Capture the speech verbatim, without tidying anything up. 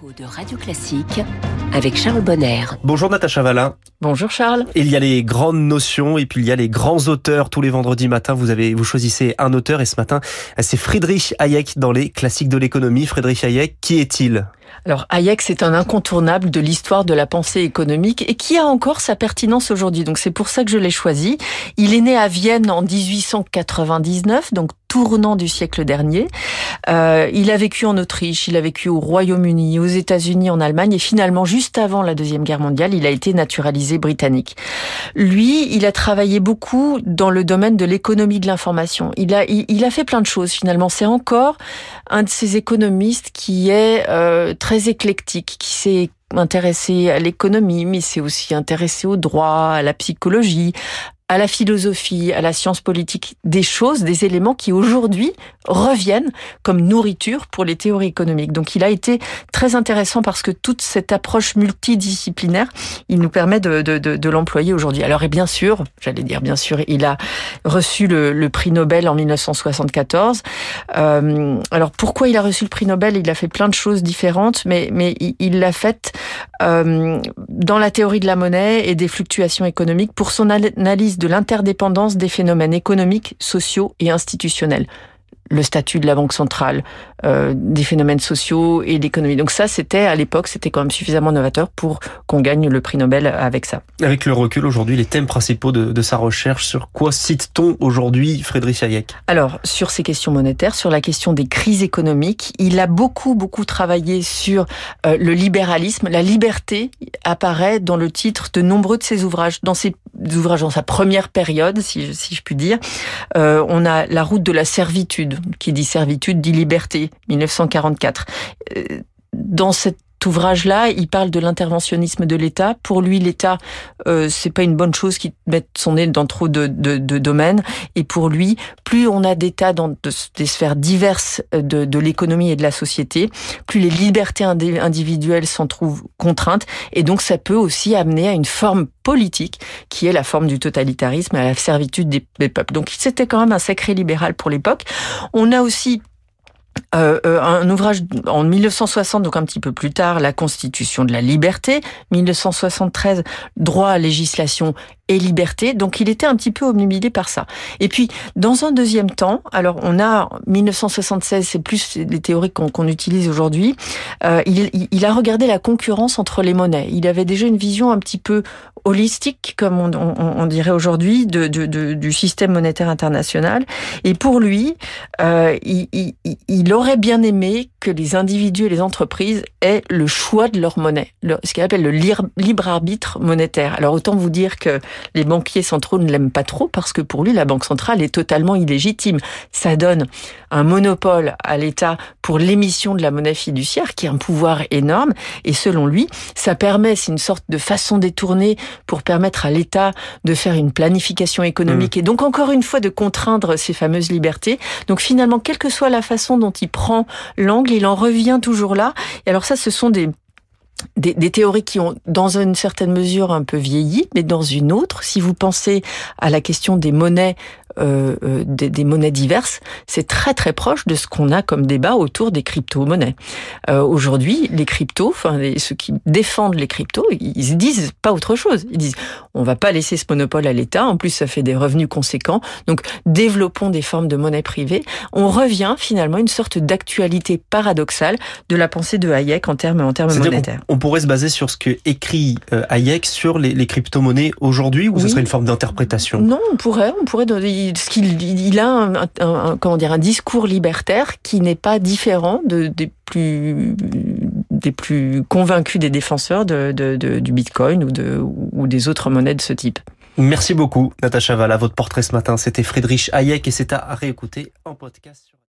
Écho de Radio Classique avec Charles Bonner. Bonjour Natacha Valla. Bonjour Charles. Il y a les grandes notions et puis il y a les grands auteurs. Tous les vendredis matins, vous avez vous choisissez un auteur et ce matin, c'est Friedrich Hayek dans les classiques de l'économie. Friedrich Hayek, qui est-il ? Alors Hayek, c'est un incontournable de l'histoire de la pensée économique et qui a encore sa pertinence aujourd'hui. Donc c'est pour ça que je l'ai choisi. Il est né à Vienne en dix-huit cent quatre-vingt-dix-neuf, donc tournant du siècle dernier. Euh, il a vécu en Autriche, il a vécu au Royaume-Uni, aux États-Unis, en Allemagne et finalement, juste avant la Deuxième Guerre mondiale, il a été naturalisé britannique. Lui, il a travaillé beaucoup dans le domaine de l'économie de l'information. Il a, il, il a fait plein de choses finalement. C'est encore un de ces économistes qui est euh, très éclectique, qui s'est intéressé à l'économie, mais s'est aussi intéressé au droit, à la psychologie, à la philosophie, à la science politique, des choses, des éléments qui aujourd'hui reviennent comme nourriture pour les théories économiques. Donc il a été très intéressant parce que toute cette approche multidisciplinaire, il nous permet de, de, de, de l'employer aujourd'hui. Alors et bien sûr, j'allais dire bien sûr, il a reçu le, le prix Nobel en dix-neuf cent soixante-quatorze. Euh, alors pourquoi il a reçu le prix Nobel ? Il a fait plein de choses différentes, mais, mais il l'a fait euh, dans la théorie de la monnaie et des fluctuations économiques pour son analyse de l'interdépendance des phénomènes économiques, sociaux et institutionnels. Le statut de la Banque centrale, euh, des phénomènes sociaux et l'économie. Donc ça, c'était, à l'époque, c'était quand même suffisamment novateur pour qu'on gagne le prix Nobel avec ça. Avec le recul, aujourd'hui, les thèmes principaux de, de sa recherche, sur quoi cite-t-on aujourd'hui Friedrich Hayek ? Alors, sur ces questions monétaires, sur la question des crises économiques, il a beaucoup, beaucoup travaillé sur euh, le libéralisme. La liberté apparaît dans le titre de nombreux de ses ouvrages. Dans ses ouvrages, dans sa première période, si je, si je puis dire, euh, on a La route de la servitude. Qui dit servitude dit liberté, dix-neuf cent quarante-quatre. Dans cet ouvrage-là, il parle de l'interventionnisme de l'État. Pour lui, l'État, euh, c'est pas une bonne chose qui mette son nez dans trop de, de, de domaines. Et pour lui, plus on a d'États dans de, des sphères diverses de, de l'économie et de la société, plus les libertés individuelles s'en trouvent contraintes. Et donc, ça peut aussi amener à une forme politique qui est la forme du totalitarisme, à la servitude des, des peuples. Donc, c'était quand même un sacré libéral pour l'époque. On a aussi Euh, un ouvrage en dix-neuf cent soixante, donc un petit peu plus tard, La Constitution de la liberté, dix-neuf cent soixante-treize, Droit à législation et liberté. Donc il était un petit peu obnubilé par ça. Et puis dans un deuxième temps, alors on a dix-neuf cent soixante-seize, c'est plus les théories qu'on, qu'on utilise aujourd'hui. Euh, il, il a regardé la concurrence entre les monnaies. Il avait déjà une vision un petit peu holistique, comme on, on, on dirait aujourd'hui, de, de, de, du système monétaire international. Et pour lui, euh, il, il, il aurait bien aimé que les individus et les entreprises aient le choix de leur monnaie, le, ce qu'il appelle le libre arbitre monétaire. Alors autant vous dire que les banquiers centraux ne l'aiment pas trop parce que pour lui, la Banque centrale est totalement illégitime. Ça donne un monopole à l'État pour l'émission de la monnaie fiduciaire, qui est un pouvoir énorme. Et selon lui, ça permet, c'est une sorte de façon détournée pour permettre à l'État de faire une planification économique mmh. et donc encore une fois de contraindre ces fameuses libertés. Donc finalement, quelle que soit la façon dont il prend l'angle, il en revient toujours là. Et alors ça, ce sont des Des, des théories qui ont, dans une certaine mesure, un peu vieilli, mais dans une autre, si vous pensez à la question des monnaies, euh, euh, des, des monnaies diverses, c'est très très proche de ce qu'on a comme débat autour des crypto-monnaies. Euh, aujourd'hui, les cryptos, enfin les, ceux qui défendent les cryptos, ils se disent pas autre chose. Ils disent, on va pas laisser ce monopole à l'État. En plus, ça fait des revenus conséquents. Donc, développons des formes de monnaie privée. On revient finalement à une sorte d'actualité paradoxale de la pensée de Hayek en termes en termes monétaires. On pourrait se baser sur ce que écrit euh, Hayek sur les, les crypto-monnaies aujourd'hui, ou oui. ce serait une forme d'interprétation ? Non, on pourrait, on pourrait. Il, qu'il, il a un, un, un, comment dire, un discours libertaire qui n'est pas différent de, des plus des plus convaincus des défenseurs de, de, de, du Bitcoin ou, de, ou des autres monnaies de ce type. Merci beaucoup, Natacha Valla. Votre portrait ce matin, c'était Friedrich Hayek et c'est à réécouter en podcast.